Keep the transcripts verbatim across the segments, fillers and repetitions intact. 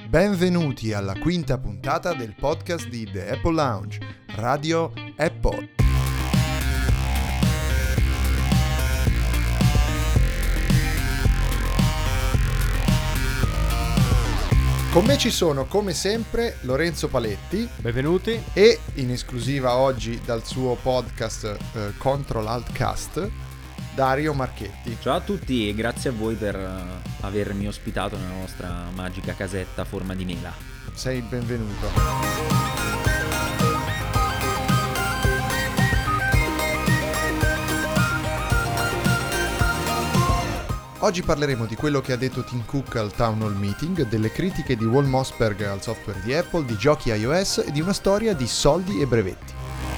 Benvenuti alla quinta puntata del podcast di The Apple Lounge, Radio Apple. Con me ci sono, come sempre, Lorenzo Paletti. Benvenuti. E in esclusiva oggi dal suo podcast eh, Control Alt Cast, Dario Marchetti. Ciao a tutti e grazie a voi per uh, avermi ospitato nella vostra magica casetta a forma di mela. Sei il benvenuto. Oggi parleremo di quello che ha detto Tim Cook al Town Hall Meeting, delle critiche di Walt Mossberg al software di Apple, di giochi iOS e di una storia di soldi e brevetti.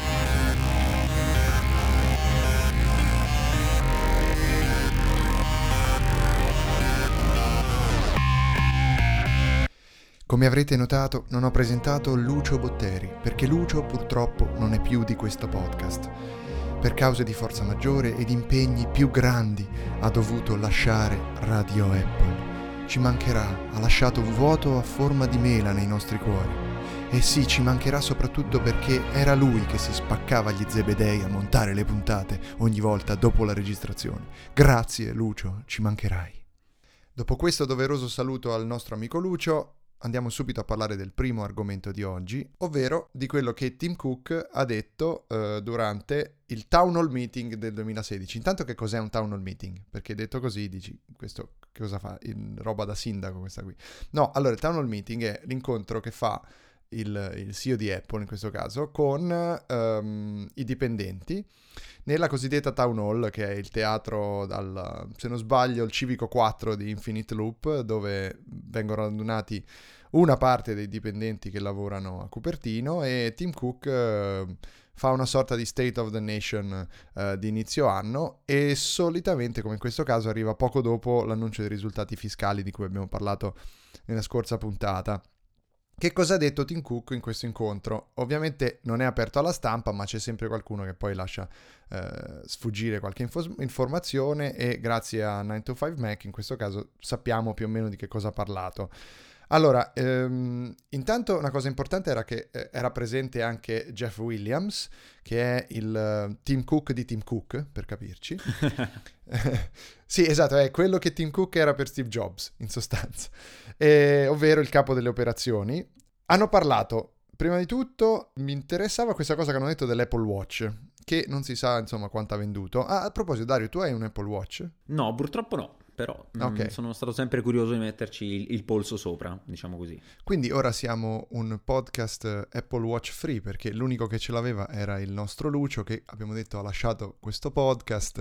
Come avrete notato, non ho presentato Lucio Botteri, perché Lucio purtroppo non è più di questo podcast. Per cause di forza maggiore ed impegni più grandi ha dovuto lasciare Radio Apple. Ci mancherà, ha lasciato un vuoto a forma di mela nei nostri cuori. E sì, ci mancherà soprattutto perché era lui che si spaccava gli zebedei a montare le puntate ogni volta dopo la registrazione. Grazie Lucio, ci mancherai. Dopo questo doveroso saluto al nostro amico Lucio, andiamo subito a parlare del primo argomento di oggi, ovvero di quello che Tim Cook ha detto uh, durante il Town Hall Meeting del duemilasedici. Intanto, che cos'è un Town Hall Meeting? Perché detto così dici, questo che cosa fa? In roba da sindaco questa qui. No, allora il Town Hall Meeting è l'incontro che fa il, il C E O di Apple, in questo caso, con um, i dipendenti nella cosiddetta Town Hall, che è il teatro, dal, se non sbaglio, il Civico quattro di Infinite Loop, dove vengono radunati una parte dei dipendenti che lavorano a Cupertino, e Tim Cook eh, fa una sorta di State of the Nation eh, di inizio anno, e solitamente, come in questo caso, arriva poco dopo l'annuncio dei risultati fiscali di cui abbiamo parlato nella scorsa puntata. Che cosa ha detto Tim Cook in questo incontro? Ovviamente non è aperto alla stampa, ma c'è sempre qualcuno che poi lascia eh, sfuggire qualche info- informazione, e grazie a nine to five Mac in questo caso sappiamo più o meno di che cosa ha parlato. Allora, ehm, intanto una cosa importante era che eh, era presente anche Jeff Williams, che è il uh, Tim Cook di Tim Cook, per capirci. Sì, esatto, è quello che Tim Cook era per Steve Jobs, in sostanza, eh, ovvero il capo delle operazioni. Hanno parlato, prima di tutto, mi interessava questa cosa che hanno detto dell'Apple Watch, che non si sa, insomma, quanto ha venduto. Ah, a proposito, Dario, tu hai un Apple Watch? No, purtroppo no, però Okay. mh, sono stato sempre curioso di metterci il, il polso sopra, diciamo così. Quindi ora siamo un podcast Apple Watch free, perché l'unico che ce l'aveva era il nostro Lucio, che abbiamo detto ha lasciato questo podcast.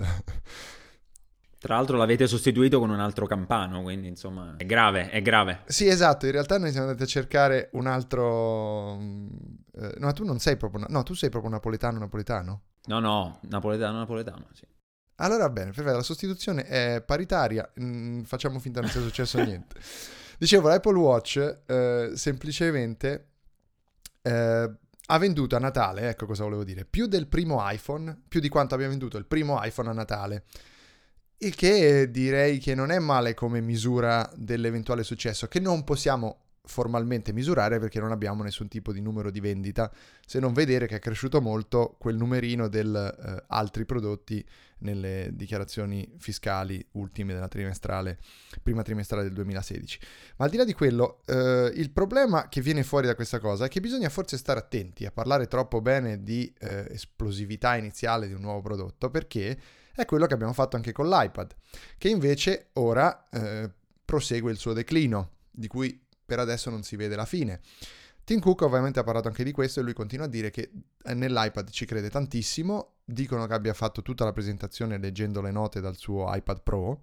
Tra l'altro l'avete sostituito con un altro campano, quindi insomma è grave, è grave. Sì, esatto, in realtà noi siamo andati a cercare un altro... Eh, no, tu non sei proprio... No, tu sei proprio napoletano, napoletano? No, no, napoletano, napoletano, sì. Allora bene, perfetto, la sostituzione è paritaria, mm, facciamo finta non sia successo niente. Dicevo, l'Apple Watch eh, semplicemente eh, ha venduto a Natale, ecco cosa volevo dire, più del primo iPhone, più di quanto abbia venduto il primo iPhone a Natale. Il che direi che non è male come misura dell'eventuale successo, che non possiamo formalmente misurare perché non abbiamo nessun tipo di numero di vendita, se non vedere che è cresciuto molto quel numerino del eh, altri prodotti nelle dichiarazioni fiscali ultime della trimestrale, prima trimestrale del duemilasedici. Ma al di là di quello, eh, il problema che viene fuori da questa cosa è che bisogna forse stare attenti a parlare troppo bene di eh, esplosività iniziale di un nuovo prodotto, perché è quello che abbiamo fatto anche con l'iPad, che invece ora eh, prosegue il suo declino, di cui per adesso non si vede la fine. Tim Cook ovviamente ha parlato anche di questo, e lui continua a dire che nell'iPad ci crede tantissimo. Dicono che abbia fatto tutta la presentazione leggendo le note dal suo iPad Pro.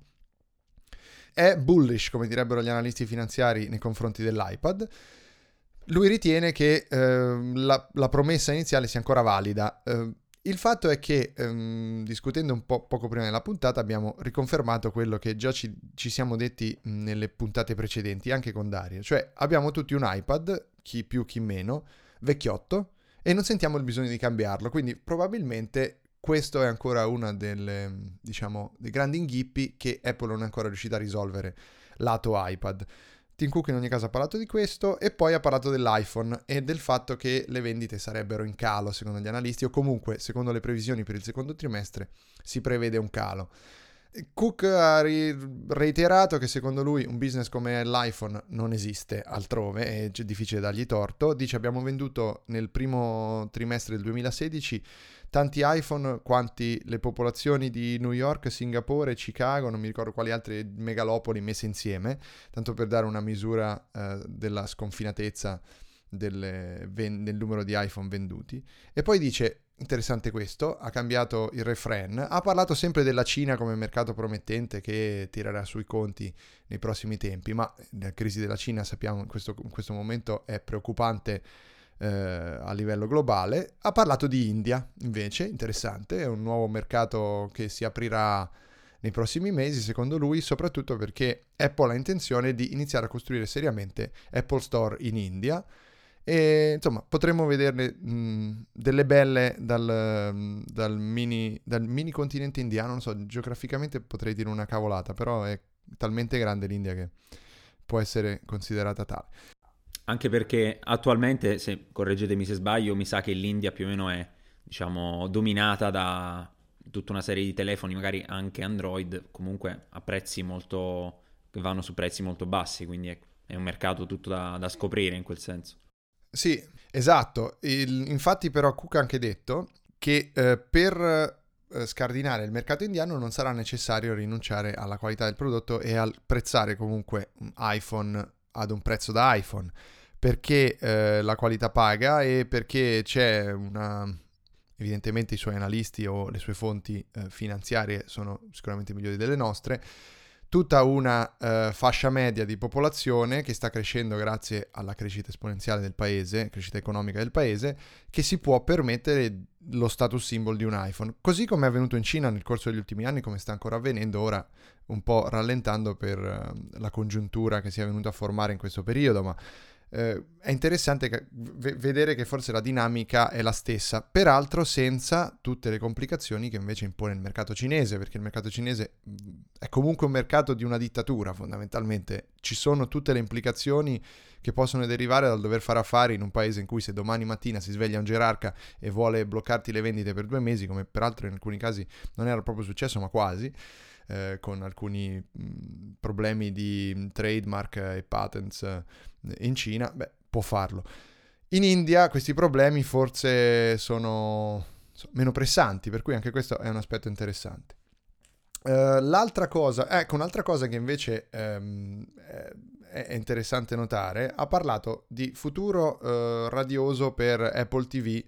È bullish, come direbbero gli analisti finanziari, nei confronti dell'iPad. Lui ritiene che eh, la, la promessa iniziale sia ancora valida. Eh, Il fatto è che, ehm, discutendo un po' poco prima della puntata, abbiamo riconfermato quello che già ci, ci siamo detti nelle puntate precedenti, anche con Dario. Cioè, abbiamo tutti un iPad, chi più chi meno, vecchiotto, e non sentiamo il bisogno di cambiarlo. Quindi probabilmente questo è ancora uno delle, diciamo, dei grandi inghippi che Apple non è ancora riuscita a risolvere lato iPad. Tim Cook in ogni caso ha parlato di questo e poi ha parlato dell'iPhone e del fatto che le vendite sarebbero in calo secondo gli analisti, o comunque secondo le previsioni per il secondo trimestre si prevede un calo. Cook ha ri- reiterato che secondo lui un business come l'iPhone non esiste altrove, è difficile dargli torto. Dice: abbiamo venduto nel primo trimestre del duemilasedici tanti iPhone quanti le popolazioni di New York, Singapore, Chicago, non mi ricordo quali altre megalopoli messe insieme, tanto per dare una misura eh, della sconfinatezza delle ven- del numero di iPhone venduti. E poi dice, interessante questo, ha cambiato il refrain, ha parlato sempre della Cina come mercato promettente che tirerà sui conti nei prossimi tempi, ma la crisi della Cina sappiamo in questo, in questo momento è preoccupante eh, a livello globale. Ha parlato di India invece, interessante, è un nuovo mercato che si aprirà nei prossimi mesi secondo lui, soprattutto perché Apple ha intenzione di iniziare a costruire seriamente Apple Store in India. E insomma potremmo vederne mh, delle belle dal, mh, dal, mini, dal mini continente indiano. Non so, geograficamente potrei dire una cavolata, però è talmente grande l'India che può essere considerata tale. Anche perché attualmente, se correggetemi se sbaglio, mi sa che l'India più o meno è, diciamo, dominata da tutta una serie di telefoni, magari anche Android, comunque a prezzi molto, che vanno su prezzi molto bassi, quindi è, è un mercato tutto da, da scoprire in quel senso. Sì, esatto. Il, infatti però Cook ha anche detto che eh, per eh, scardinare il mercato indiano non sarà necessario rinunciare alla qualità del prodotto e al prezzare comunque un iPhone ad un prezzo da iPhone, perché eh, la qualità paga e perché c'è una... Evidentemente i suoi analisti o le sue fonti eh, finanziarie sono sicuramente migliori delle nostre, tutta una uh, fascia media di popolazione che sta crescendo grazie alla crescita esponenziale del paese, crescita economica del paese, che si può permettere lo status symbol di un iPhone, così come è avvenuto in Cina nel corso degli ultimi anni, come sta ancora avvenendo ora, un po' rallentando per uh, la congiuntura che si è venuta a formare in questo periodo, ma Uh, è interessante che, v- vedere che forse la dinamica è la stessa, peraltro senza tutte le complicazioni che invece impone il mercato cinese, perché il mercato cinese mh, è comunque un mercato di una dittatura fondamentalmente. Ci sono tutte le implicazioni che possono derivare dal dover fare affari in un paese in cui se domani mattina si sveglia un gerarca e vuole bloccarti le vendite per due mesi, come peraltro in alcuni casi non era proprio successo ma quasi, Eh, con alcuni mh, problemi di trademark e patents eh, in Cina, beh, può farlo. In India questi problemi forse sono, sono meno pressanti, per cui anche questo è un aspetto interessante. Uh, l'altra cosa, ecco, un'altra cosa che invece um, è, è interessante notare, ha parlato di futuro uh, radioso per Apple T V,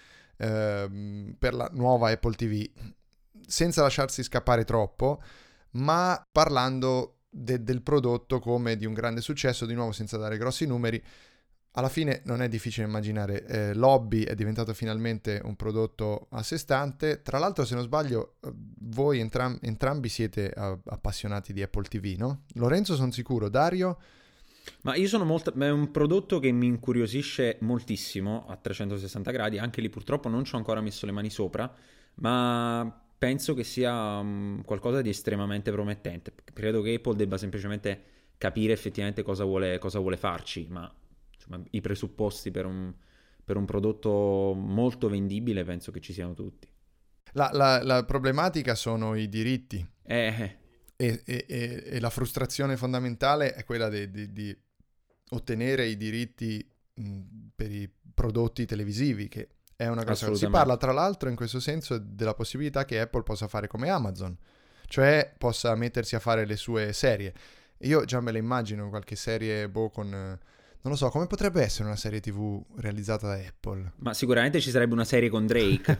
uh, per la nuova Apple T V, senza lasciarsi scappare troppo, ma parlando de- del prodotto come di un grande successo, di nuovo senza dare grossi numeri. Alla fine non è difficile immaginare, eh, l'Hobby è diventato finalmente un prodotto a sé stante. Tra l'altro, se non sbaglio, voi entram- entrambi siete uh, appassionati di Apple T V, no? Lorenzo sono sicuro, Dario? Ma io sono molto... è un prodotto che mi incuriosisce moltissimo a trecentosessanta gradi, anche lì purtroppo non ci ho ancora messo le mani sopra, ma penso che sia um, qualcosa di estremamente promettente. Credo che Apple debba semplicemente capire effettivamente cosa vuole, cosa vuole farci, ma insomma, i presupposti per un, per un prodotto molto vendibile penso che ci siano tutti. La, la, la problematica sono i diritti. Eh... E, e, e la frustrazione fondamentale è quella di, di, di ottenere i diritti mh, per i prodotti televisivi, che è una cosa. Si parla tra l'altro in questo senso della possibilità che Apple possa fare come Amazon, cioè possa mettersi a fare le sue serie. Io già me le immagino qualche serie boh con... Non lo so, come potrebbe essere una serie tivù realizzata da Apple? Ma sicuramente ci sarebbe una serie con Drake.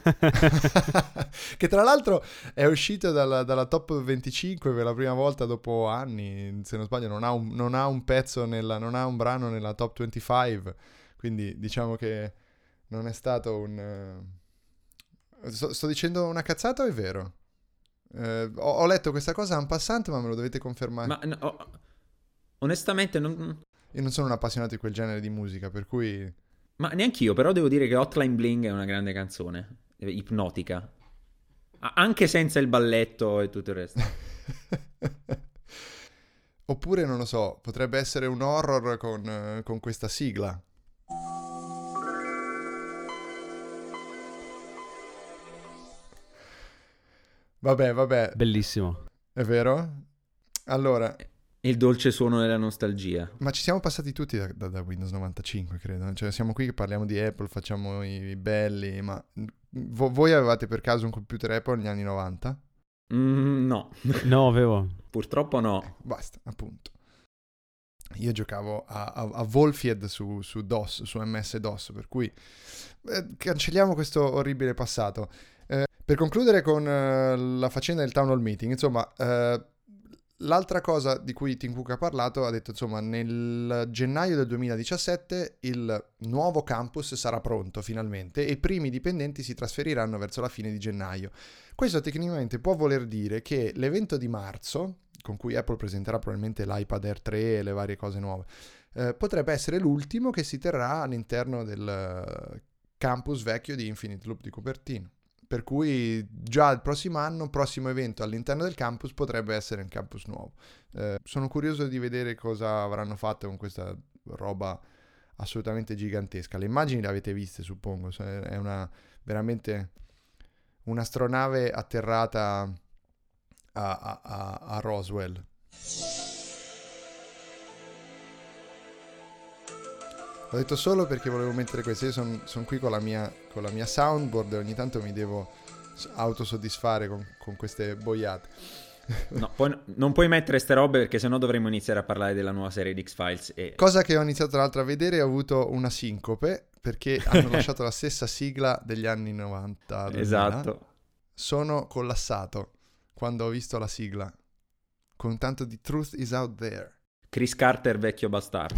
Che tra l'altro è uscito dalla, dalla top venticinque per la prima volta dopo anni, se non sbaglio non ha un, non ha un pezzo, nella, non ha un brano nella top venticinque, quindi diciamo che non è stato un... Uh... Sto, sto dicendo una cazzata o è vero? Uh, ho, ho letto questa cosa en passant, ma me lo dovete confermare. Ma no, onestamente non... Io non sono un appassionato di quel genere di musica, per cui... Ma neanch'io, però devo dire che Hotline Bling è una grande canzone, ipnotica. Anche senza il balletto e tutto il resto. Oppure, non lo so, potrebbe essere un horror con, eh, con questa sigla. Vabbè, vabbè. Bellissimo. È vero? Allora... Il dolce suono della nostalgia. Ma ci siamo passati tutti da, da, da Windows novantacinque, credo. Cioè, siamo qui che parliamo di Apple, facciamo i, i belli, ma... Vo- voi avevate per caso un computer Apple negli anni novanta? Mm, no. No, avevo. Purtroppo no. Basta, appunto. Io giocavo a, a, a Wolfied su, su DOS, su M S-DOS, per cui eh, cancelliamo questo orribile passato. Eh, per concludere con eh, la faccenda del Town Hall Meeting, insomma, eh, l'altra cosa di cui Tim Cook ha parlato, ha detto, insomma, nel gennaio del duemiladiciassette il nuovo campus sarà pronto finalmente e i primi dipendenti si trasferiranno verso la fine di gennaio. Questo tecnicamente può voler dire che l'evento di marzo, con cui Apple presenterà probabilmente l'iPad Air tre e le varie cose nuove, eh, potrebbe essere l'ultimo che si terrà all'interno del campus vecchio di Infinite Loop di Cupertino. Per cui già il prossimo anno, prossimo evento all'interno del campus potrebbe essere un campus nuovo. Eh, sono curioso di vedere cosa avranno fatto con questa roba assolutamente gigantesca. Le immagini le avete viste, suppongo. È una veramente un'astronave atterrata a, a, a, a Roswell. L'ho detto solo perché volevo mettere questo. Io sono son qui con la, mia, con la mia soundboard e ogni tanto mi devo autosoddisfare con, con queste boiate. No, poi non puoi mettere ste robe perché sennò dovremmo iniziare a parlare della nuova serie di X-Files. E... Cosa che ho iniziato tra l'altro a vedere e ho avuto una sincope perché hanno lasciato la stessa sigla degli anni novanta. duemila. Esatto. Sono collassato quando ho visto la sigla con tanto di Truth is out there. Chris Carter vecchio bastardo.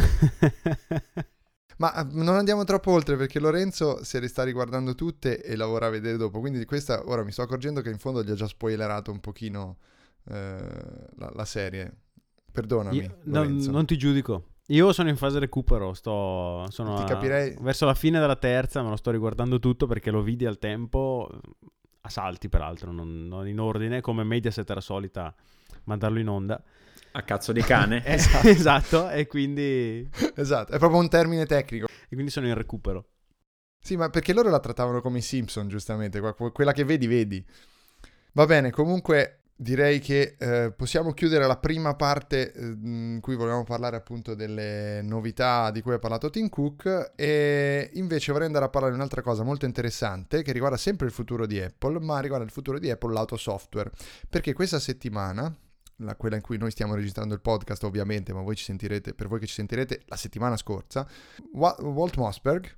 Ma non andiamo troppo oltre perché Lorenzo se le sta riguardando tutte e la vorrà vedere dopo, quindi di questa ora mi sto accorgendo che in fondo gli ho già spoilerato un pochino eh, la, la serie. Perdonami, Io, Lorenzo. Non, non ti giudico. Io sono in fase recupero, sto sono Ti a, capirei... verso la fine della terza, me lo sto riguardando tutto perché lo vidi al tempo, a salti peraltro, non, non in ordine, come Mediaset era solita mandarlo in onda. A cazzo di cane. Esatto. Esatto, e quindi... Esatto, è proprio un termine tecnico. E quindi sono in recupero. Sì, ma perché loro la trattavano come i Simpson, giustamente, quella che vedi, vedi. Va bene, comunque direi che eh, possiamo chiudere la prima parte eh, in cui volevamo parlare appunto delle novità di cui ha parlato Tim Cook, e invece vorrei andare a parlare di un'altra cosa molto interessante che riguarda sempre il futuro di Apple, ma riguarda il futuro di Apple, l'auto software, perché questa settimana... La, quella in cui noi stiamo registrando il podcast ovviamente, ma voi ci sentirete, per voi che ci sentirete la settimana scorsa, Walt Mossberg,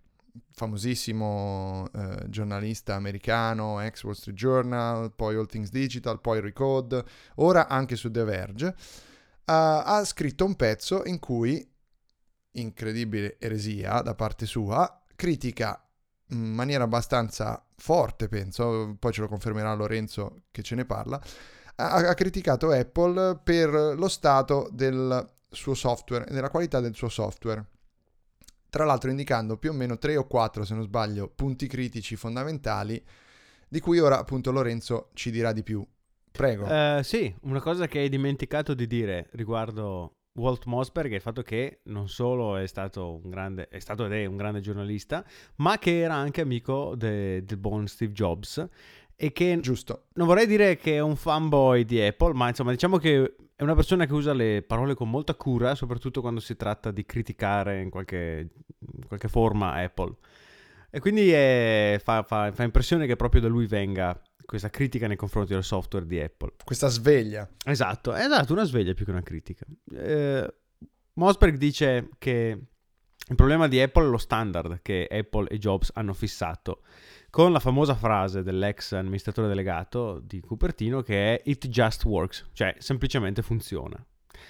famosissimo eh, giornalista americano, ex Wall Street Journal, poi All Things Digital, poi Recode, ora anche su The Verge, uh, ha scritto un pezzo in cui, incredibile eresia da parte sua, critica in maniera abbastanza forte, penso, poi ce lo confermerà Lorenzo che ce ne parla, ha criticato Apple per lo stato del suo software e della qualità del suo software. Tra l'altro indicando più o meno tre o quattro, se non sbaglio, punti critici fondamentali, di cui ora appunto Lorenzo ci dirà di più. Prego. Uh, sì, una cosa che hai dimenticato di dire riguardo Walt Mossberg è il fatto che non solo è stato un grande, è stato ed è un grande giornalista, ma che era anche amico de, del buon Steve Jobs. E che giusto, non vorrei dire che è un fanboy di Apple, ma insomma diciamo che è una persona che usa le parole con molta cura, soprattutto quando si tratta di criticare in qualche, in qualche forma Apple. E quindi è, fa, fa, fa impressione che proprio da lui venga questa critica nei confronti del software di Apple. Questa sveglia. Esatto, esatto, una sveglia più che una critica. Eh, Mossberg dice che il problema di Apple è lo standard che Apple e Jobs hanno fissato, con la famosa frase dell'ex amministratore delegato di Cupertino che è "It just works", cioè semplicemente funziona.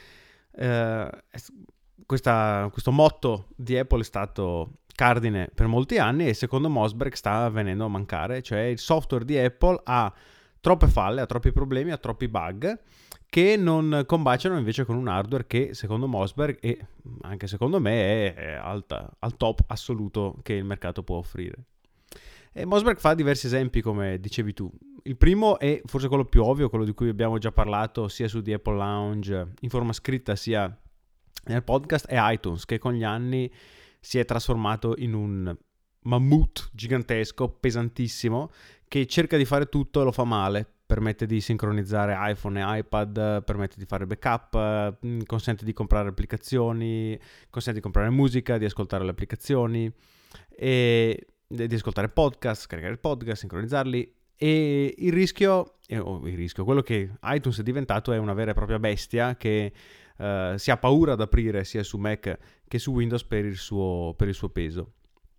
Eh, questa, questo motto di Apple è stato cardine per molti anni e secondo Mossberg sta venendo a mancare, cioè il software di Apple ha troppe falle, ha troppi problemi, ha troppi bug che non combaciano invece con un hardware che secondo Mossberg e anche secondo me è, è alta, al top assoluto che il mercato può offrire. E Mosberg fa diversi esempi, come dicevi tu. Il primo è forse quello più ovvio, quello di cui abbiamo già parlato sia su The Apple Lounge in forma scritta sia nel podcast, è iTunes, che con gli anni si è trasformato in un mammut gigantesco, pesantissimo, che cerca di fare tutto e lo fa male. Permette di sincronizzare iPhone e iPad, permette di fare backup, consente di comprare applicazioni, consente di comprare musica, di ascoltare le applicazioni, e di ascoltare podcast, scaricare il podcast, sincronizzarli. E il rischio, eh, oh, il rischio, quello che iTunes è diventato è una vera e propria bestia che uh, si ha paura ad aprire sia su Mac che su Windows per il suo, per il suo peso.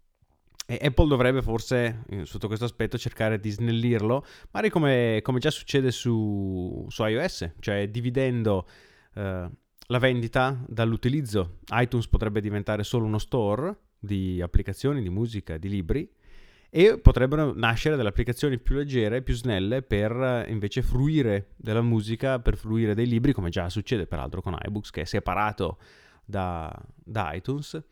E Apple dovrebbe forse, sotto questo aspetto, cercare di snellirlo, magari come, come già succede su, su iOS, cioè dividendo uh, la vendita dall'utilizzo. iTunes potrebbe diventare solo uno store di applicazioni, di musica, di libri, e potrebbero nascere delle applicazioni più leggere, più snelle, per invece fruire della musica, per fruire dei libri, come già succede peraltro con iBooks, che è separato da, da iTunes,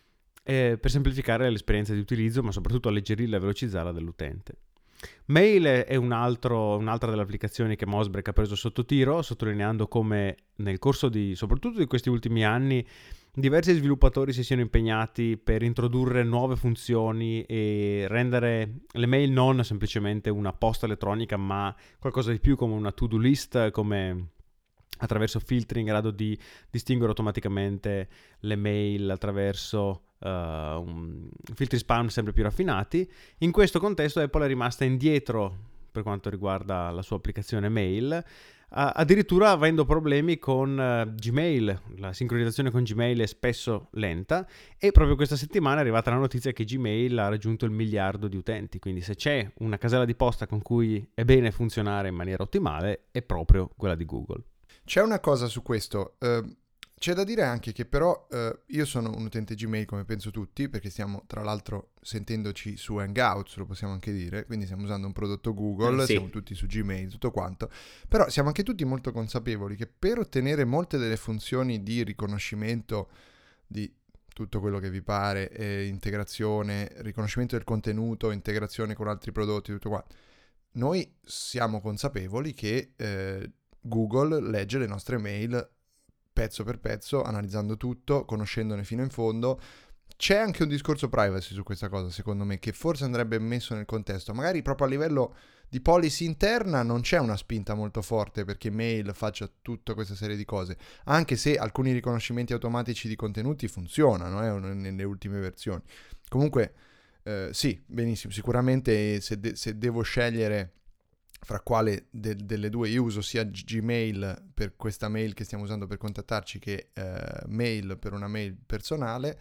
eh, per semplificare l'esperienza di utilizzo, ma soprattutto alleggerirla e velocizzarla dell'utente. Mail è un altro, un'altra delle applicazioni che Mosberg ha preso sotto tiro, sottolineando come nel corso di, soprattutto di questi ultimi anni, diversi sviluppatori si siano impegnati per introdurre nuove funzioni e rendere le mail non semplicemente una posta elettronica, ma qualcosa di più, come una to-do list, come attraverso filtri in grado di distinguere automaticamente le mail attraverso uh, un, filtri spam sempre più raffinati. In questo contesto Apple è rimasta indietro per quanto riguarda la sua applicazione mail, Uh, addirittura avendo problemi con uh, Gmail. La sincronizzazione con Gmail è spesso lenta, e proprio questa settimana è arrivata la notizia che Gmail ha raggiunto il miliardo di utenti, quindi se c'è una casella di posta con cui è bene funzionare in maniera ottimale è proprio quella di Google. C'è una cosa su questo, uh, c'è da dire anche che però uh, io sono un utente Gmail, come penso tutti, perché stiamo tra l'altro sentendoci su Hangouts, lo possiamo anche dire, quindi stiamo usando un prodotto Google, eh, sì. Siamo tutti su Gmail, tutto quanto, però siamo anche tutti molto consapevoli che per ottenere molte delle funzioni di riconoscimento di tutto quello che vi pare, eh, integrazione, riconoscimento del contenuto, integrazione con altri prodotti, tutto qua, noi siamo consapevoli che eh, Google legge le nostre mail pezzo per pezzo, analizzando tutto, conoscendone fino in fondo. C'è anche un discorso privacy su questa cosa, secondo me, che forse andrebbe messo nel contesto. Magari proprio a livello di policy interna non c'è una spinta molto forte perché mail faccia tutta questa serie di cose, anche se alcuni riconoscimenti automatici di contenuti funzionano eh, nelle ultime versioni. Comunque, eh, sì, benissimo, sicuramente se, de- se devo scegliere fra quale de- delle due io uso sia Gmail per questa mail che stiamo usando per contattarci che eh, mail per una mail personale,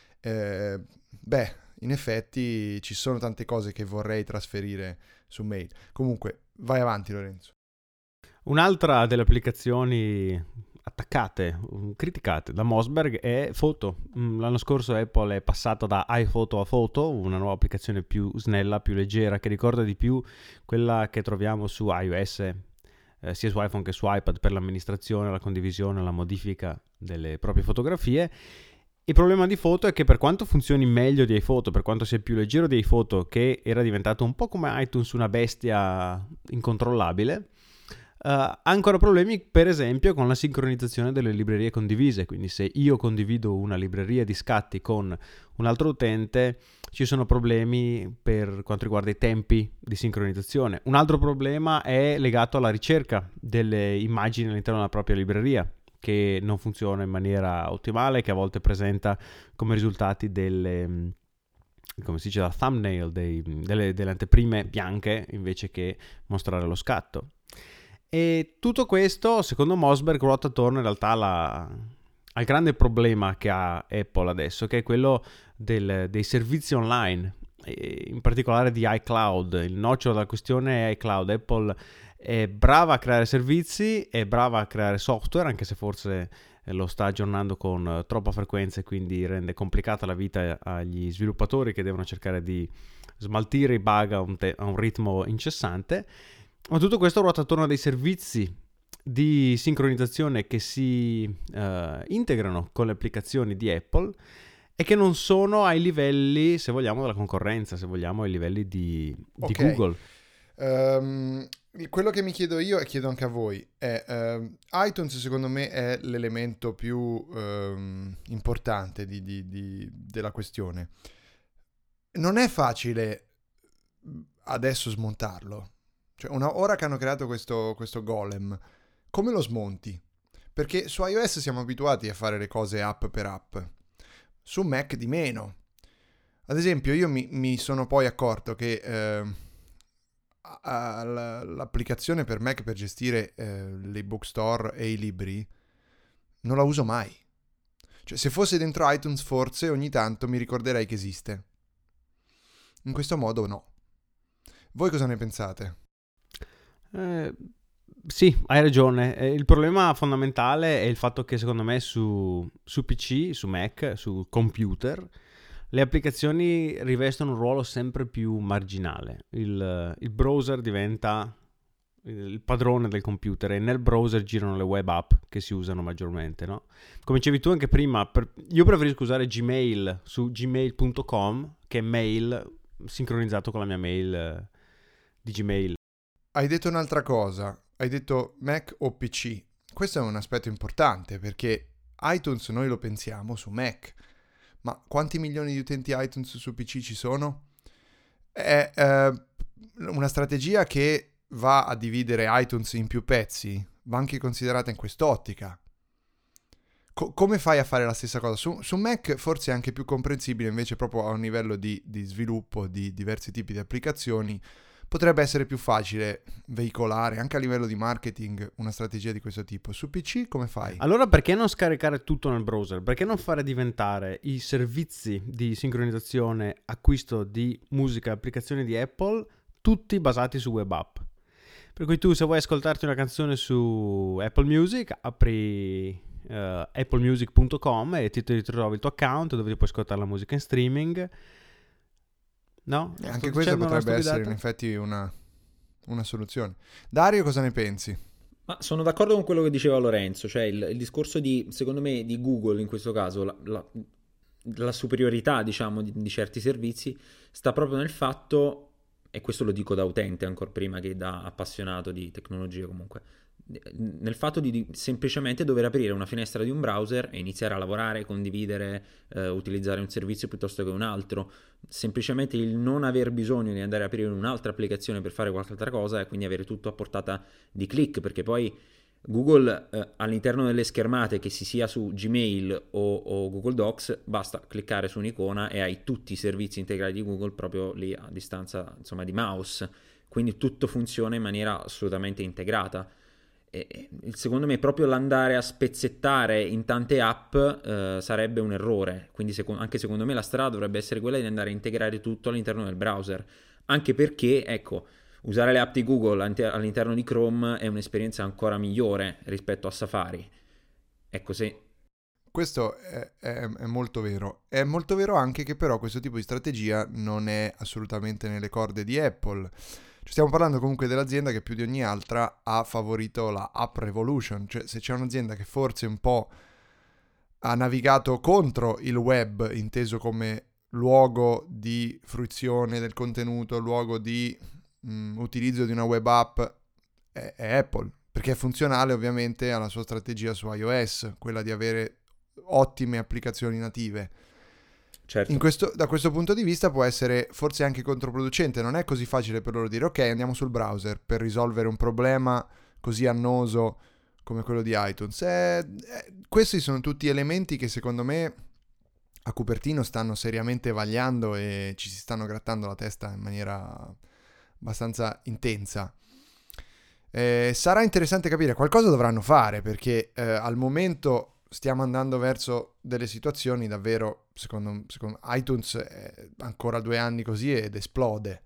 eh, beh, in effetti ci sono tante cose che vorrei trasferire su mail. Comunque, vai avanti Lorenzo. Un'altra delle applicazioni attaccate, criticate da Mosberg è Photo. L'anno scorso Apple è passata da iPhoto a Photo, una nuova applicazione più snella, più leggera, che ricorda di più quella che troviamo su iOS, eh, sia su iPhone che su iPad, per l'amministrazione, la condivisione, la modifica delle proprie fotografie. Il problema di Photo è che, per quanto funzioni meglio di iPhoto, per quanto sia più leggero di iPhoto, che era diventato un po' come iTunes una bestia incontrollabile, Uh, ha ancora problemi, per esempio, con la sincronizzazione delle librerie condivise. Quindi se io condivido una libreria di scatti con un altro utente, ci sono problemi per quanto riguarda i tempi di sincronizzazione. Un altro problema è legato alla ricerca delle immagini all'interno della propria libreria, che non funziona in maniera ottimale, che a volte presenta come risultati delle, come si dice, la thumbnail, dei, delle, delle anteprime bianche invece che mostrare lo scatto. E tutto questo, secondo Mosberg, ruota attorno in realtà alla, al grande problema che ha Apple adesso, che è quello del, dei servizi online, e in particolare di iCloud. Il nocciolo della questione è iCloud. Apple è brava a creare servizi, è brava a creare software, anche se forse lo sta aggiornando con troppa frequenza e quindi rende complicata la vita agli sviluppatori, che devono cercare di smaltire i bug a un, te- a un ritmo incessante. Ma tutto questo ruota attorno a dei servizi di sincronizzazione che si uh, integrano con le applicazioni di Apple, e che non sono ai livelli, se vogliamo, della concorrenza, se vogliamo, ai livelli di, di okay. Google. Um, quello che mi chiedo io e chiedo anche a voi è um, iTunes secondo me è l'elemento più um, importante di, di, di, della questione. Non è facile adesso smontarlo, cioè una ora che hanno creato questo, questo golem, come lo smonti? Perché su iOS siamo abituati a fare le cose app per app, su Mac di meno. Ad esempio io mi, mi sono poi accorto che eh, l'applicazione per Mac per gestire eh, le bookstore e i libri non la uso mai. Cioè se fosse dentro iTunes forse ogni tanto mi ricorderei che esiste. In questo modo no. Voi cosa ne pensate? Eh, sì, hai ragione. Eh, il problema fondamentale è il fatto che secondo me su, su P C, su Mac, su computer, le applicazioni rivestono un ruolo sempre più marginale. Il, il browser diventa il padrone del computer e nel browser girano le web app che si usano maggiormente, no? Come dicevi tu anche prima, per, io preferisco usare Gmail su gmail punto com che mail sincronizzato con la mia mail eh, di Gmail. Hai detto un'altra cosa, hai detto Mac o P C. Questo è un aspetto importante perché iTunes noi lo pensiamo su Mac, ma quanti milioni di utenti iTunes su P C ci sono? È eh, una strategia che va a dividere iTunes in più pezzi, va anche considerata in quest'ottica. Co- come fai a fare la stessa cosa? Su, su Mac forse è anche più comprensibile, invece proprio a un livello di, di sviluppo di diversi tipi di applicazioni potrebbe essere più facile veicolare anche a livello di marketing una strategia di questo tipo. Su P C come fai? Allora perché non scaricare tutto nel browser? Perché non fare diventare i servizi di sincronizzazione, acquisto di musica e applicazioni di Apple tutti basati su web app? Per cui tu se vuoi ascoltarti una canzone su Apple Music apri uh, apple music punto com e ti ritrovi il tuo account dove ti puoi ascoltare la musica in streaming. No? E anche questa potrebbe essere in effetti una, una soluzione. Dario, cosa ne pensi? Ma sono d'accordo con quello che diceva Lorenzo, cioè il, il discorso di, secondo me, di Google in questo caso, la, la, la superiorità, diciamo, di, di certi servizi sta proprio nel fatto, e questo lo dico da utente ancora prima che da appassionato di tecnologia comunque, nel fatto di, di semplicemente dover aprire una finestra di un browser e iniziare a lavorare, condividere, eh, utilizzare un servizio piuttosto che un altro. Semplicemente il non aver bisogno di andare a aprire un'altra applicazione per fare qualche altra cosa e quindi avere tutto a portata di click, perché poi Google eh, all'interno delle schermate, che si sia su Gmail o, o Google Docs, basta cliccare su un'icona e hai tutti i servizi integrati di Google proprio lì a distanza, insomma, di mouse, quindi tutto funziona in maniera assolutamente integrata. E, secondo me proprio l'andare a spezzettare in tante app eh, sarebbe un errore, quindi seco- anche secondo me la strada dovrebbe essere quella di andare a integrare tutto all'interno del browser, anche perché, ecco, usare le app di Google all'interno di Chrome è un'esperienza ancora migliore rispetto a Safari. Ecco, sì. Questo è, è, è molto vero. È molto vero anche che però questo tipo di strategia non è assolutamente nelle corde di Apple. Ci stiamo parlando comunque dell'azienda che più di ogni altra ha favorito la app revolution. Cioè se c'è un'azienda che forse un po' ha navigato contro il web, inteso come luogo di fruizione del contenuto, luogo di mh, utilizzo di una web app, è, è Apple, perché è funzionale ovviamente alla sua strategia su iOS, quella di avere ottime applicazioni native. Certo. In questo, da questo punto di vista può essere forse anche controproducente, non è così facile per loro dire ok, andiamo sul browser per risolvere un problema così annoso come quello di iTunes. Eh, eh, questi sono tutti elementi che secondo me a Cupertino stanno seriamente vagliando e ci si stanno grattando la testa in maniera abbastanza intensa. Eh, sarà interessante capire, qualcosa dovranno fare, perché eh, al momento stiamo andando verso delle situazioni davvero, secondo, secondo iTunes è ancora due anni così ed esplode,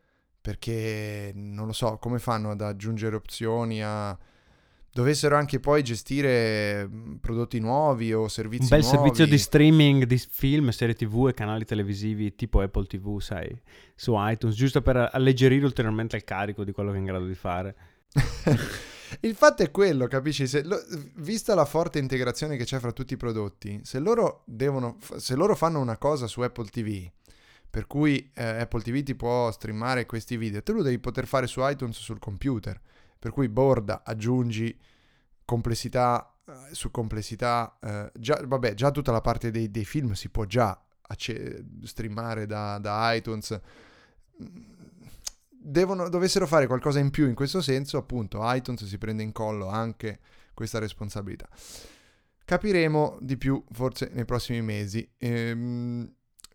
perché non lo so come fanno ad aggiungere opzioni, a dovessero anche poi gestire prodotti nuovi o servizi un bel nuovi. Servizio di streaming di film, serie tv e canali televisivi tipo Apple tivù, sai, su iTunes, giusto per alleggerire ulteriormente il carico di quello che è in grado di fare. Il fatto è quello, capisci? Se lo, vista la forte integrazione che c'è fra tutti i prodotti, se loro devono, se loro fanno una cosa su Apple T V, per cui eh, Apple T V ti può streamare questi video, te lo devi poter fare su iTunes sul computer, per cui borda, aggiungi complessità eh, su complessità, eh, già, vabbè, già tutta la parte dei, dei film si può già acce- streamare da, da iTunes. Devono, dovessero fare qualcosa in più in questo senso, appunto iTunes si prende in collo anche questa responsabilità. Capiremo di più forse nei prossimi mesi. Ehm,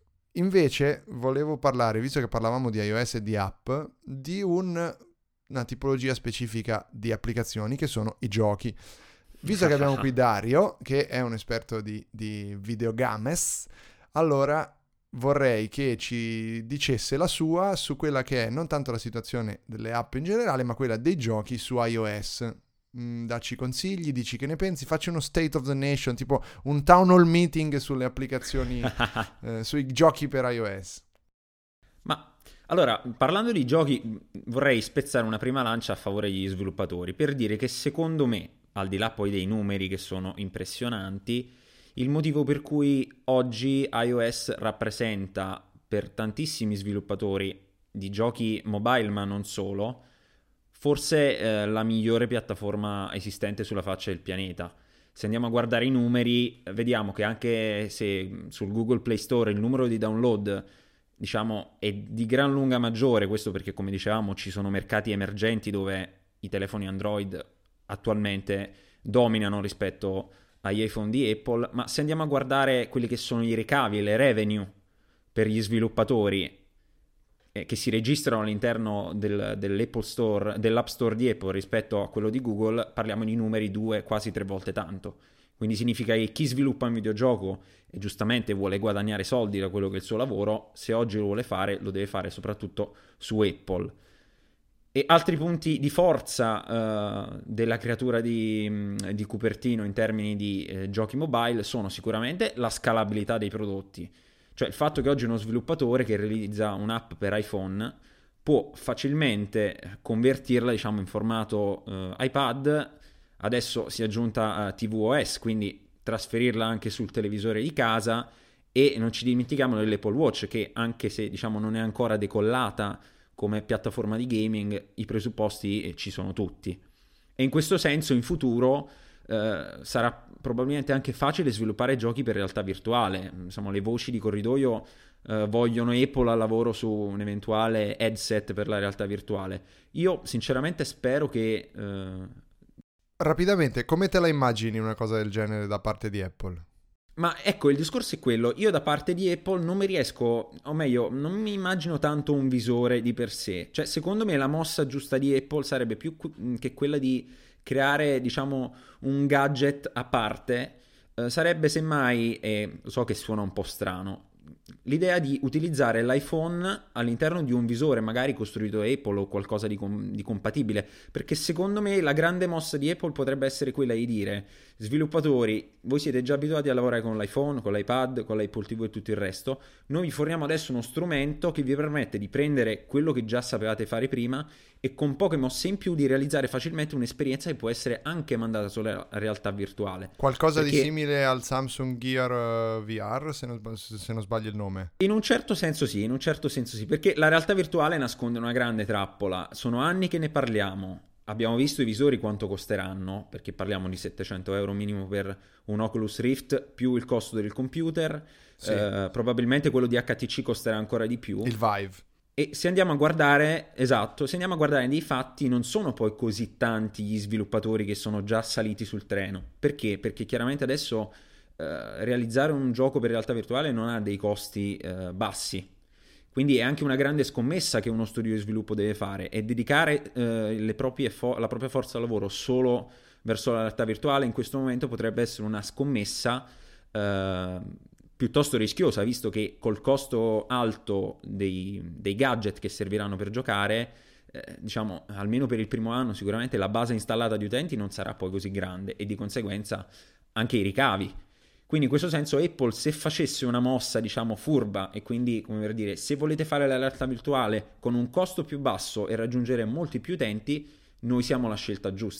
invece volevo parlare, visto che parlavamo di iOS e di app, di un, una tipologia specifica di applicazioni che sono i giochi. Visto che abbiamo qui Dario, che è un esperto di, di videogames, allora vorrei che ci dicesse la sua su quella che è non tanto la situazione delle app in generale, ma quella dei giochi su iOS. Mm, dacci consigli, dici che ne pensi, facci uno State of the Nation, tipo un town hall meeting sulle applicazioni, eh, sui giochi per iOS. Ma allora, parlando di giochi, vorrei spezzare una prima lancia a favore degli sviluppatori, per dire che secondo me, al di là poi dei numeri che sono impressionanti, il motivo per cui oggi iOS rappresenta per tantissimi sviluppatori di giochi mobile, ma non solo, forse eh, la migliore piattaforma esistente sulla faccia del pianeta. Se andiamo a guardare i numeri, vediamo che anche se sul Google Play Store il numero di download, diciamo, è di gran lunga maggiore, questo perché, come dicevamo, ci sono mercati emergenti dove i telefoni Android attualmente dominano rispetto agli iPhone di Apple, ma se andiamo a guardare quelli che sono i ricavi e le revenue per gli sviluppatori eh, che si registrano all'interno del, dell'Apple Store, dell'App Store di Apple rispetto a quello di Google, parliamo di numeri due, quasi tre volte tanto. Quindi significa che chi sviluppa un videogioco e giustamente vuole guadagnare soldi da quello che è il suo lavoro, se oggi lo vuole fare, lo deve fare soprattutto su Apple. E altri punti di forza uh, della creatura di, di Cupertino in termini di eh, giochi mobile sono sicuramente la scalabilità dei prodotti. Cioè il fatto che oggi uno sviluppatore che realizza un'app per iPhone può facilmente convertirla, diciamo, in formato uh, iPad, adesso si è aggiunta uh, tvOS, quindi trasferirla anche sul televisore di casa, e non ci dimentichiamo dell'Apple Watch che, anche se diciamo non è ancora decollata come piattaforma di gaming, i presupposti ci sono tutti. E in questo senso in futuro eh, sarà probabilmente anche facile sviluppare giochi per realtà virtuale. Insomma, le voci di corridoio eh, vogliono Apple al lavoro su un eventuale headset per la realtà virtuale. Io sinceramente spero che... Eh... Rapidamente, come te la immagini una cosa del genere da parte di Apple? Ma ecco, il discorso è quello, io da parte di Apple non mi riesco, o meglio, non mi immagino tanto un visore di per sé. Cioè, secondo me la mossa giusta di Apple sarebbe più che quella di creare, diciamo, un gadget a parte. Eh, sarebbe semmai, e so che suona un po' strano, l'idea di utilizzare l'iPhone all'interno di un visore magari costruito da Apple o qualcosa di, com- di compatibile, perché secondo me la grande mossa di Apple potrebbe essere quella di dire: sviluppatori, voi siete già abituati a lavorare con l'iPhone, con l'iPad, con l'Apple ti vu e tutto il resto, noi vi forniamo adesso uno strumento che vi permette di prendere quello che già sapevate fare prima e con poche mosse in più di realizzare facilmente un'esperienza che può essere anche mandata sulla realtà virtuale. Qualcosa Perché... di simile al Samsung Gear uh, V R, se non, se non sbaglio il nome. In un certo senso sì, in un certo senso sì, perché la realtà virtuale nasconde una grande trappola. Sono anni che ne parliamo. Abbiamo visto i visori quanto costeranno, perché parliamo di settecento euro minimo per un Oculus Rift, più il costo del computer. Sì. Eh, probabilmente quello di H T C costerà ancora di più. Il Vive. E se andiamo a guardare, esatto, se andiamo a guardare dei fatti, non sono poi così tanti gli sviluppatori che sono già saliti sul treno. Perché? Perché chiaramente adesso eh, realizzare un gioco per realtà virtuale non ha dei costi eh, bassi. Quindi è anche una grande scommessa che uno studio di sviluppo deve fare, e dedicare eh, le proprie fo- la propria forza lavoro solo verso la realtà virtuale in questo momento potrebbe essere una scommessa eh, piuttosto rischiosa, visto che col costo alto dei, dei gadget che serviranno per giocare, eh, diciamo, almeno per il primo anno sicuramente la base installata di utenti non sarà poi così grande, e di conseguenza anche i ricavi. Quindi in questo senso Apple, se facesse una mossa, diciamo, furba, e quindi, come per dire, se volete fare la realtà virtuale con un costo più basso e raggiungere molti più utenti, noi siamo la scelta giusta.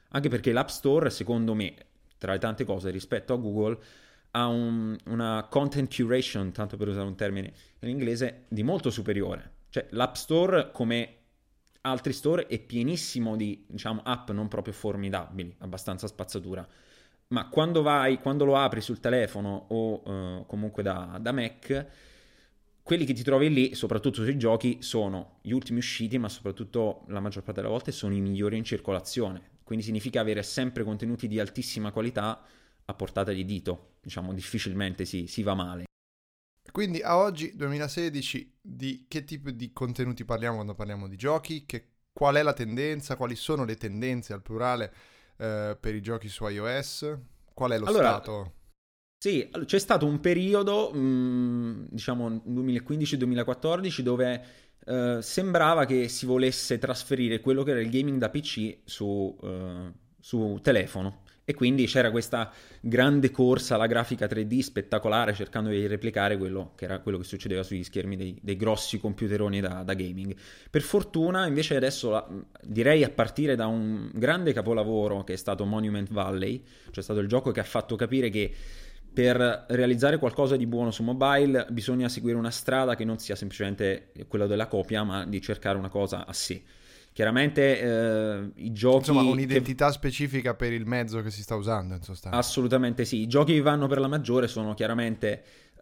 Anche perché l'App Store, secondo me, tra le tante cose rispetto a Google, ha un, una content curation, tanto per usare un termine in inglese, di molto superiore. Cioè l'App Store, come altri store, è pienissimo di, diciamo, app non proprio formidabili, abbastanza spazzatura. Ma quando vai, quando lo apri sul telefono o uh, comunque da, da Mac, quelli che ti trovi lì, soprattutto sui giochi, sono gli ultimi usciti, ma soprattutto la maggior parte delle volte sono i migliori in circolazione. Quindi significa avere sempre contenuti di altissima qualità a portata di dito. Diciamo, difficilmente si, si va male. Quindi a oggi, duemilasedici, di che tipo di contenuti parliamo quando parliamo di giochi? Che, qual è la tendenza? Quali sono le tendenze al plurale eh, per i giochi su iOS? Qual è lo allora, stato? Sì, c'è stato un periodo, mh, diciamo duemilaquindici duemilaquattordici, dove eh, sembrava che si volesse trasferire quello che era il gaming da P C su, eh, su telefono. E quindi c'era questa grande corsa alla grafica tre D spettacolare, cercando di replicare quello che era quello che succedeva sugli schermi dei, dei grossi computeroni da, da gaming. Per fortuna, invece, adesso la, direi a partire da un grande capolavoro che è stato Monument Valley, cioè è stato il gioco che ha fatto capire che per realizzare qualcosa di buono su mobile bisogna seguire una strada che non sia semplicemente quella della copia, ma di cercare una cosa a sé. Chiaramente eh, i giochi... Insomma, un'identità che... specifica per il mezzo che si sta usando, in sostanza. Assolutamente sì. I giochi che vanno per la maggiore sono chiaramente,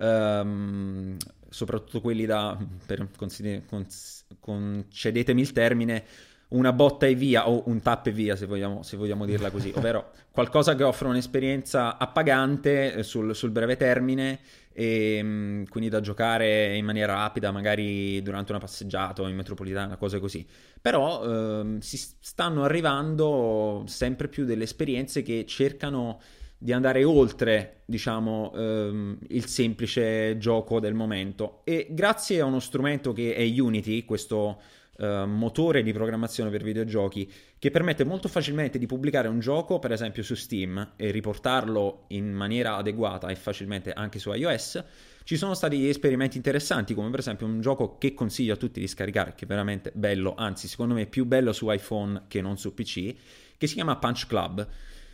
ehm, soprattutto quelli da, per consider- cons- concedetemi il termine, una botta e via, o un tap e via, se vogliamo, se vogliamo dirla così, ovvero qualcosa che offre un'esperienza appagante sul, sul breve termine, e quindi da giocare in maniera rapida, magari durante una passeggiata o in metropolitana, cose così. Però ehm, si stanno arrivando sempre più delle esperienze che cercano di andare oltre, diciamo, ehm, il semplice gioco del momento, e grazie a uno strumento che è Unity, questo Uh, motore di programmazione per videogiochi, che permette molto facilmente di pubblicare un gioco, per esempio su Steam, e riportarlo in maniera adeguata e facilmente anche su iOS. Ci sono stati degli esperimenti interessanti, come per esempio un gioco che consiglio a tutti di scaricare, che è veramente bello, anzi secondo me è più bello su iPhone che non su P C, che si chiama Punch Club,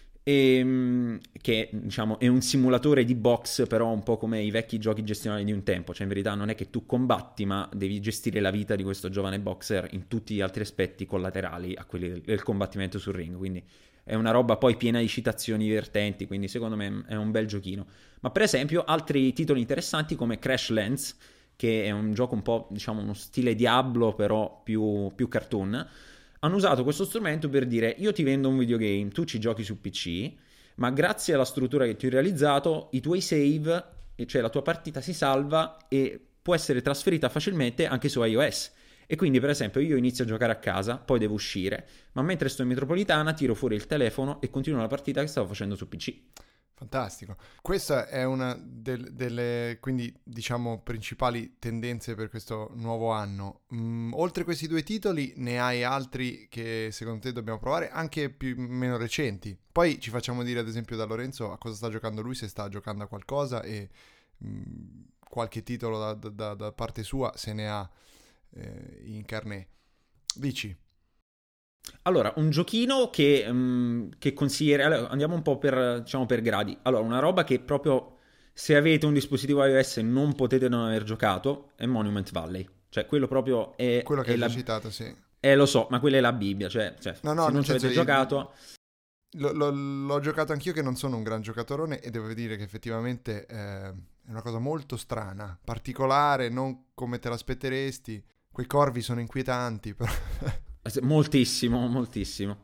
e, che diciamo è un simulatore di box, però un po' come i vecchi giochi gestionali di un tempo. Cioè in verità non è che tu combatti, ma devi gestire la vita di questo giovane boxer in tutti gli altri aspetti collaterali a quelli del, del combattimento sul ring. Quindi è una roba poi piena di citazioni divertenti, quindi secondo me è un bel giochino. Ma per esempio altri titoli interessanti come Crash Lands, che è un gioco un po', diciamo, uno stile Diablo però più, più cartoon, hanno usato questo strumento per dire: io ti vendo un videogame, tu ci giochi su P C, ma grazie alla struttura che ti ho realizzato, i tuoi save, cioè la tua partita si salva e può essere trasferita facilmente anche su iOS. E quindi per esempio io inizio a giocare a casa, poi devo uscire, ma mentre sto in metropolitana tiro fuori il telefono e continuo la partita che stavo facendo su P C. Fantastico. Questa è una del, delle, quindi, diciamo, principali tendenze per questo nuovo anno. Mm, oltre questi due titoli, ne hai altri che secondo te dobbiamo provare, anche più meno recenti? Poi ci facciamo dire, ad esempio, da Lorenzo a cosa sta giocando lui, se sta giocando a qualcosa, e mm, qualche titolo da, da, da parte sua, se ne ha eh, in carné. Dici? Allora, un giochino che, um, che consiglierei... Allora, andiamo un po' per, diciamo, per gradi. Allora, una roba che proprio, se avete un dispositivo iOS non potete non aver giocato, è Monument Valley. Cioè, quello proprio è... Quello che è hai la... citato, sì. Eh, lo so, ma quella è la Bibbia. Cioè, cioè no, no, se non ci avete io... giocato... L- l- l'ho giocato anch'io, che non sono un gran giocatorone, e devo dire che effettivamente eh, è una cosa molto strana, particolare, non come te l'aspetteresti. Quei corvi sono inquietanti, però... Moltissimo, moltissimo.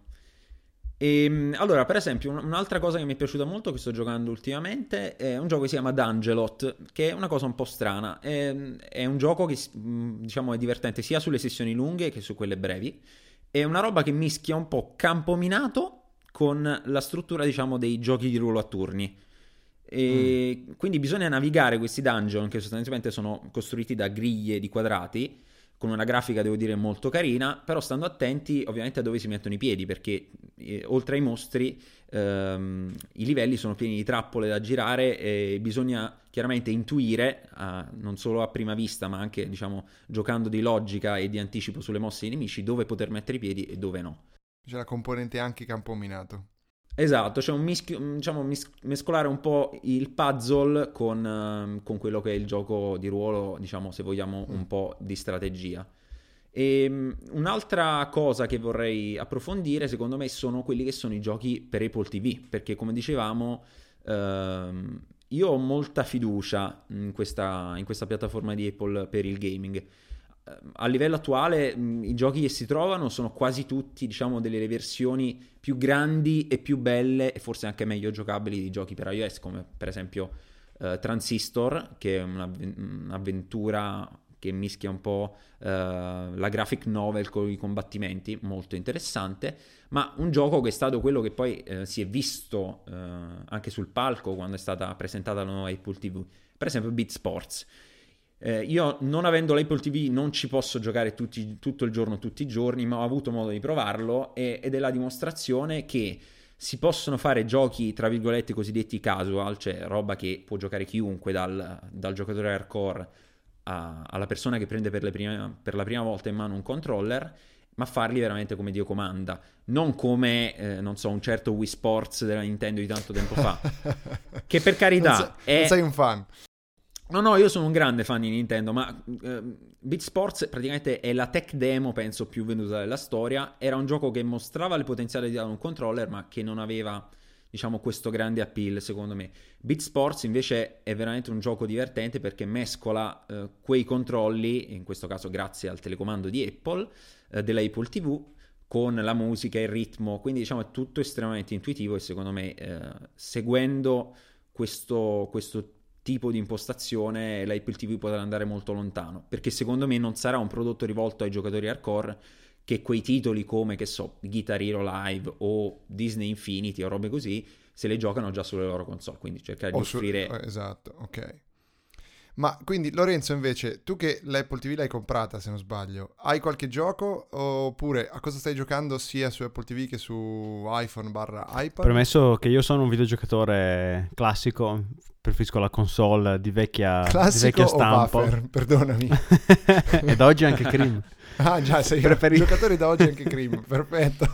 E, allora, per esempio, un- un'altra cosa che mi è piaciuta molto, che sto giocando ultimamente, è un gioco che si chiama Dungelot, che è una cosa un po' strana. È, è un gioco che, mh, diciamo, è divertente sia sulle sessioni lunghe che su quelle brevi. È una roba che mischia un po' campo minato con la struttura, diciamo, dei giochi di ruolo a turni. E mm. quindi bisogna navigare questi dungeon, che sostanzialmente sono costruiti da griglie di quadrati, con una grafica, devo dire, molto carina, però stando attenti ovviamente a dove si mettono i piedi, perché eh, oltre ai mostri ehm, i livelli sono pieni di trappole da girare, e bisogna chiaramente intuire, eh, non solo a prima vista, ma anche, diciamo, giocando di logica e di anticipo sulle mosse dei nemici, dove poter mettere i piedi e dove no. C'è la componente anche campo minato. Esatto, c'è un mischio, diciamo, mis- mescolare un po' il puzzle con, uh, con quello che è il gioco di ruolo, diciamo, se vogliamo, un po' di strategia. E um, un'altra cosa che vorrei approfondire, secondo me, sono quelli che sono i giochi per Apple T V, perché come dicevamo, uh, io ho molta fiducia in questa, in questa piattaforma di Apple per il gaming. A livello attuale mh, i giochi che si trovano sono quasi tutti, diciamo, delle versioni più grandi e più belle e forse anche meglio giocabili di giochi per iOS, come per esempio uh, Transistor, che è un'avventura che mischia un po' uh, la graphic novel con i combattimenti, molto interessante, ma un gioco che è stato quello che poi uh, si è visto uh, anche sul palco quando è stata presentata la nuova Apple T V, per esempio Beat Sports. Eh, io, non avendo l'Apple T V, non ci posso giocare tutti, tutto il giorno, tutti i giorni, ma ho avuto modo di provarlo e, ed è la dimostrazione che si possono fare giochi, tra virgolette, cosiddetti casual, cioè roba che può giocare chiunque, dal, dal giocatore hardcore a, alla persona che prende per, le prime, per la prima volta in mano un controller, ma farli veramente come Dio comanda, non come, eh, non so, un certo Wii Sports della Nintendo di tanto tempo fa, che per carità non, sei, è... non sei un fan. No, no, io sono un grande fan di Nintendo, ma uh, Beat Sports praticamente è la tech demo, penso, più venduta della storia. Era un gioco che mostrava le potenzialità di un controller, ma che non aveva, diciamo, questo grande appeal, secondo me. Beat Sports, invece, è veramente un gioco divertente perché mescola uh, quei controlli, in questo caso grazie al telecomando di Apple, uh, della Apple T V, con la musica, il ritmo. Quindi, diciamo, è tutto estremamente intuitivo e, secondo me, uh, seguendo questo, questo tipo di impostazione, l'Apple T V potrà andare molto lontano, perché secondo me non sarà un prodotto rivolto ai giocatori hardcore che quei titoli come, che so, Guitar Hero Live o Disney Infinity o robe così se le giocano già sulle loro console, quindi cercare di su- offrire... Esatto, ok. Ma quindi Lorenzo, invece, tu che l'Apple T V l'hai comprata, se non sbaglio, hai qualche gioco oppure a cosa stai giocando sia su Apple T V che su iPhone barra iPad? Premesso che io sono un videogiocatore classico, preferisco la console di vecchia, classico di vecchia stampa. O buffer, perdonami. Ed oggi anche Cream. Ah già, sei Preferi... un giocatore da oggi anche Cream, perfetto.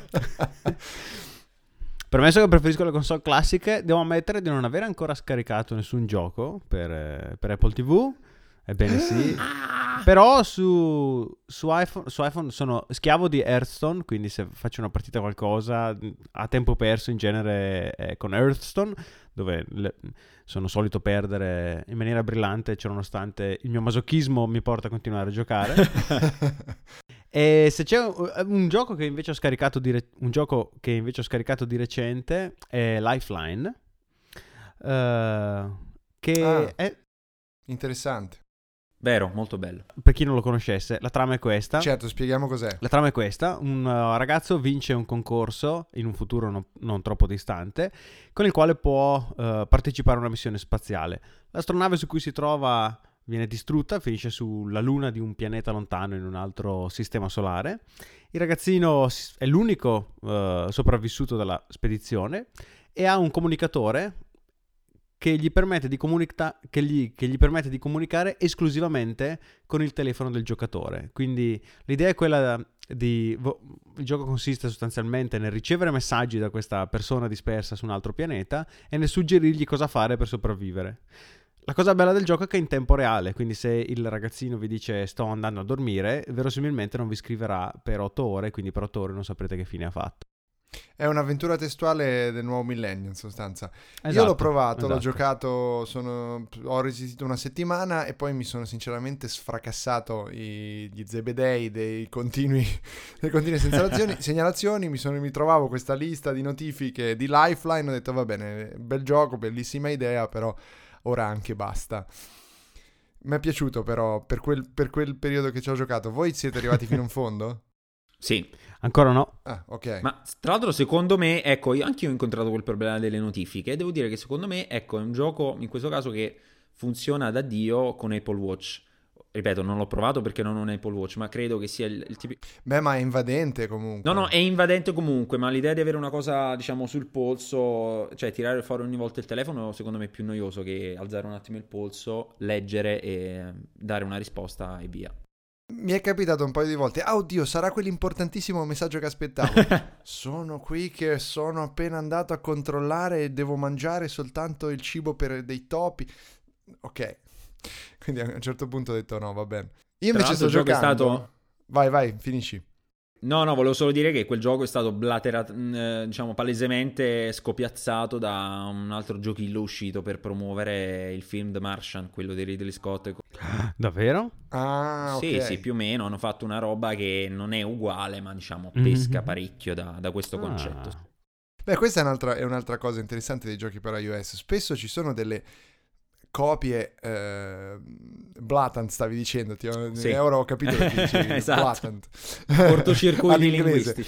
Premesso che preferisco le console classiche, devo ammettere di non aver ancora scaricato nessun gioco per, per Apple T V. Ebbene sì. Però su, su, iPhone, su iPhone sono schiavo di Hearthstone, quindi se faccio una partita qualcosa a tempo perso in genere è con Hearthstone, dove le, sono solito perdere in maniera brillante, ciononostante il mio masochismo mi porta a continuare a giocare. E se c'è un, un gioco che invece ho scaricato di re- un gioco che invece ho scaricato di recente è Lifeline, uh, che ah, è interessante. Vero, molto bello. Per chi non lo conoscesse, la trama è questa. Certo, spieghiamo cos'è. La trama è questa: un uh, ragazzo vince un concorso in un futuro no, non troppo distante, con il quale può uh, partecipare a una missione spaziale. L'astronave su cui si trova viene distrutta, finisce sulla luna di un pianeta lontano in un altro sistema solare. Il ragazzino è l'unico uh, sopravvissuto della spedizione e ha un comunicatore che gli permette di comunica- che gli, che gli permette di comunicare esclusivamente con il telefono del giocatore. Quindi l'idea è quella di... il gioco consiste sostanzialmente nel ricevere messaggi da questa persona dispersa su un altro pianeta e nel suggerirgli cosa fare per sopravvivere. La cosa bella del gioco è che è in tempo reale, quindi se il ragazzino vi dice sto andando a dormire, verosimilmente non vi scriverà per otto ore, quindi per otto ore non saprete che fine ha fatto. È un'avventura testuale del nuovo millennio, in sostanza. Esatto, Io l'ho provato, esatto. l'ho giocato, sono, ho resistito una settimana e poi mi sono sinceramente sfracassato i, gli zebedei dei continui, delle continue segnalazioni, segnalazioni. Mi, sono, mi trovavo questa lista di notifiche di Lifeline, ho detto va bene, bel gioco, bellissima idea, però ora anche basta. Mi è piaciuto però per quel, per quel periodo che ci ho giocato. Voi siete arrivati fino in fondo? Sì. Ancora no. Ah, ok. Ma tra l'altro secondo me, ecco, io, anche io ho incontrato quel problema delle notifiche e devo dire che secondo me, ecco, è un gioco in questo caso che funziona da Dio con Apple Watch. Ripeto, non l'ho provato perché non ho un Apple Watch, ma credo che sia il, il tipo... Beh, ma è invadente comunque. No, no, è invadente comunque, ma l'idea di avere una cosa, diciamo, sul polso, cioè tirare fuori ogni volta il telefono, secondo me è più noioso che alzare un attimo il polso, leggere e dare una risposta e via. Mi è capitato un paio di volte. Ah, oddio, sarà quell'importantissimo messaggio che aspettavo. Sono qui che sono appena andato a controllare e devo mangiare soltanto il cibo per dei topi. Ok. Quindi a un certo punto ho detto no, va bene. Io invece sto giocando. È stato... Vai, vai, finisci. No, no, volevo solo dire che quel gioco è stato blaterat- eh, diciamo palesemente scopiazzato da un altro giochillo uscito per promuovere il film The Martian, quello di Ridley Scott. Davvero? Ah, sì, ok. sì, più o meno hanno fatto una roba che non è uguale, ma diciamo pesca mm-hmm. parecchio da, da questo ah. concetto. Beh, questa è un'altra, è un'altra cosa interessante dei giochi per iOS. Spesso ci sono delle copie eh, blatant, stavi dicendo, ti ho, sì. ora ho capito che dicevi. Esatto. Blatant. Cortocircuiti linguistici.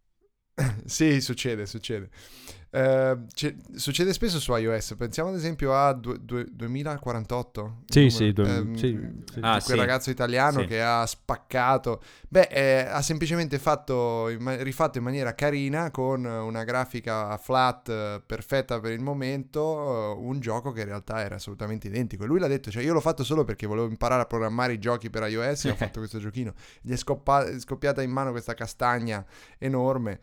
Sì, succede, succede. Uh, succede spesso su iOS. Pensiamo ad esempio a du- du- duemilaquarantotto. Sì, sì, du- um, sì, sì. Ah, quel sì. ragazzo italiano sì. che ha spaccato. Beh, eh, ha semplicemente fatto in ma- rifatto in maniera carina con una grafica flat uh, perfetta per il momento uh, un gioco che in realtà era assolutamente identico. E lui l'ha detto, cioè io l'ho fatto solo perché volevo imparare a programmare i giochi per iOS e ho fatto questo giochino. Gli è scoppa- scoppiata in mano questa castagna enorme.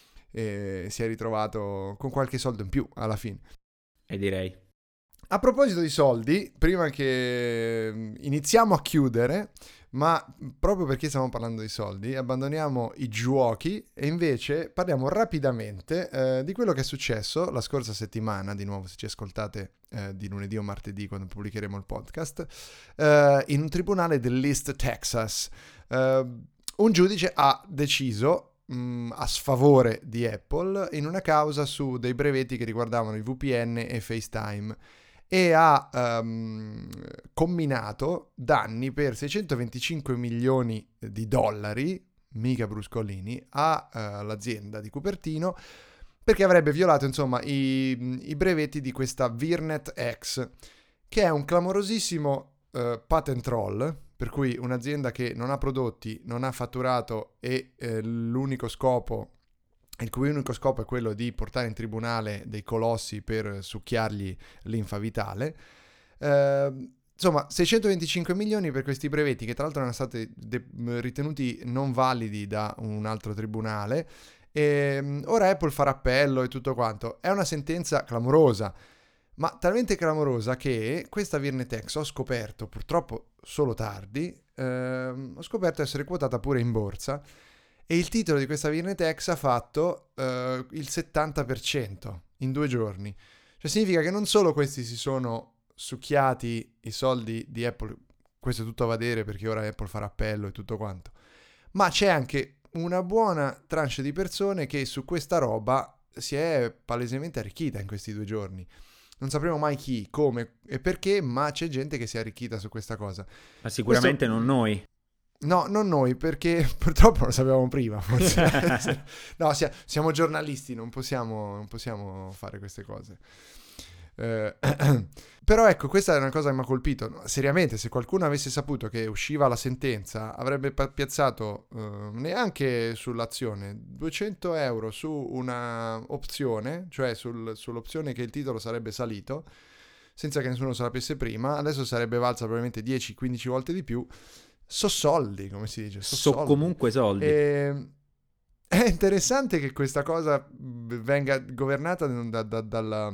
E si è ritrovato con qualche soldo in più alla fine. E direi. A proposito di soldi, prima che iniziamo a chiudere, ma proprio perché stiamo parlando di soldi, abbandoniamo i giochi e invece parliamo rapidamente eh, di quello che è successo la scorsa settimana, di nuovo se ci ascoltate eh, di lunedì o martedì quando pubblicheremo il podcast, eh, in un tribunale dell'East Texas. Eh, un giudice ha deciso a sfavore di Apple in una causa su dei brevetti che riguardavano i V P N e FaceTime e ha um, comminato danni per seicentoventicinque milioni di dollari, mica bruscolini, all'azienda di Cupertino perché avrebbe violato insomma i, i brevetti di questa Virnet X, che è un clamorosissimo uh, patent troll. Per cui un'azienda che non ha prodotti, non ha fatturato e eh, l'unico scopo, il cui unico scopo è quello di portare in tribunale dei colossi per succhiargli linfa vitale. Eh, insomma, seicentoventicinque milioni per questi brevetti che tra l'altro erano stati de- ritenuti non validi da un altro tribunale. E ora Apple farà appello e tutto quanto. È una sentenza clamorosa. Ma talmente clamorosa che questa Virnet X ho scoperto, purtroppo solo tardi, ehm, ho scoperto essere quotata pure in borsa e il titolo di questa Virnet X ha fatto eh, il settanta per cento in due giorni. Cioè significa che non solo questi si sono succhiati i soldi di Apple, questo è tutto a vedere perché ora Apple farà appello e tutto quanto, ma c'è anche una buona tranche di persone che su questa roba si è palesemente arricchita in questi due giorni. Non sapremo mai chi, come e perché, ma c'è gente che si è arricchita su questa cosa. Ma sicuramente Questo... non noi. No, non noi, perché purtroppo lo sapevamo prima, forse. No, siamo giornalisti, non possiamo, non possiamo fare queste cose. Eh, però ecco, questa è una cosa che mi ha colpito. Seriamente, se qualcuno avesse saputo che usciva la sentenza, avrebbe piazzato eh, neanche sull'azione duecento euro su una opzione, cioè sul, sull'opzione che il titolo sarebbe salito, senza che nessuno se la sapesse prima. Adesso sarebbe valsa probabilmente dieci quindici volte di più. So soldi, come si dice. So, so soldi. comunque soldi. E... è interessante che questa cosa venga governata da, da, dalla...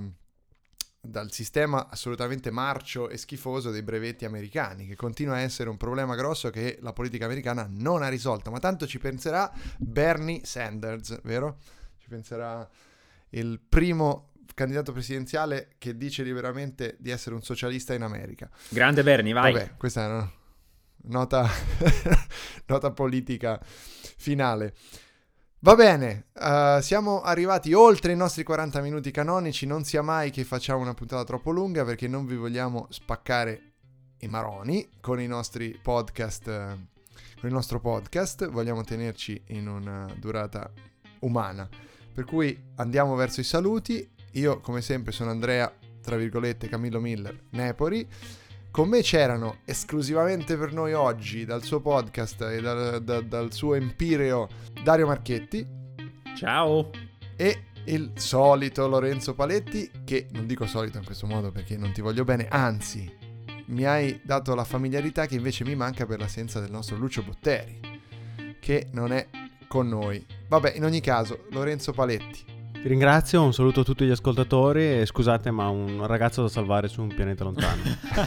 dal sistema assolutamente marcio e schifoso dei brevetti americani, che continua a essere un problema grosso che la politica americana non ha risolto, ma tanto ci penserà Bernie Sanders, vero? Ci penserà il primo candidato presidenziale che dice liberamente di essere un socialista in America. Grande Bernie, vai! Vabbè, questa è una nota, nota politica finale. Va bene, uh, siamo arrivati oltre i nostri quaranta minuti canonici, non sia mai che facciamo una puntata troppo lunga perché non vi vogliamo spaccare i maroni con i nostri podcast, uh, con il nostro podcast, vogliamo tenerci in una durata umana. Per cui andiamo verso i saluti. Io come sempre sono Andrea, tra virgolette, Camillo Miller, Nepori. Con me c'erano esclusivamente per noi oggi dal suo podcast e dal, da, dal suo empireo Dario Marchetti. Ciao! E il solito Lorenzo Paletti, che non dico solito in questo modo perché non ti voglio bene, anzi mi hai dato la familiarità che invece mi manca per l'assenza del nostro Lucio Botteri, che non è con noi. Vabbè, in ogni caso, Lorenzo Paletti. Ti ringrazio, un saluto a tutti gli ascoltatori e scusate, ma un ragazzo da salvare su un pianeta lontano.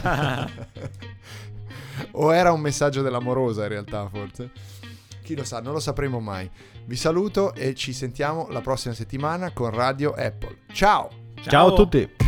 O era un messaggio dell'amorosa in realtà, forse. Chi lo sa, non lo sapremo mai. Vi saluto e ci sentiamo la prossima settimana con Radio Apple. Ciao! Ciao, Ciao a tutti!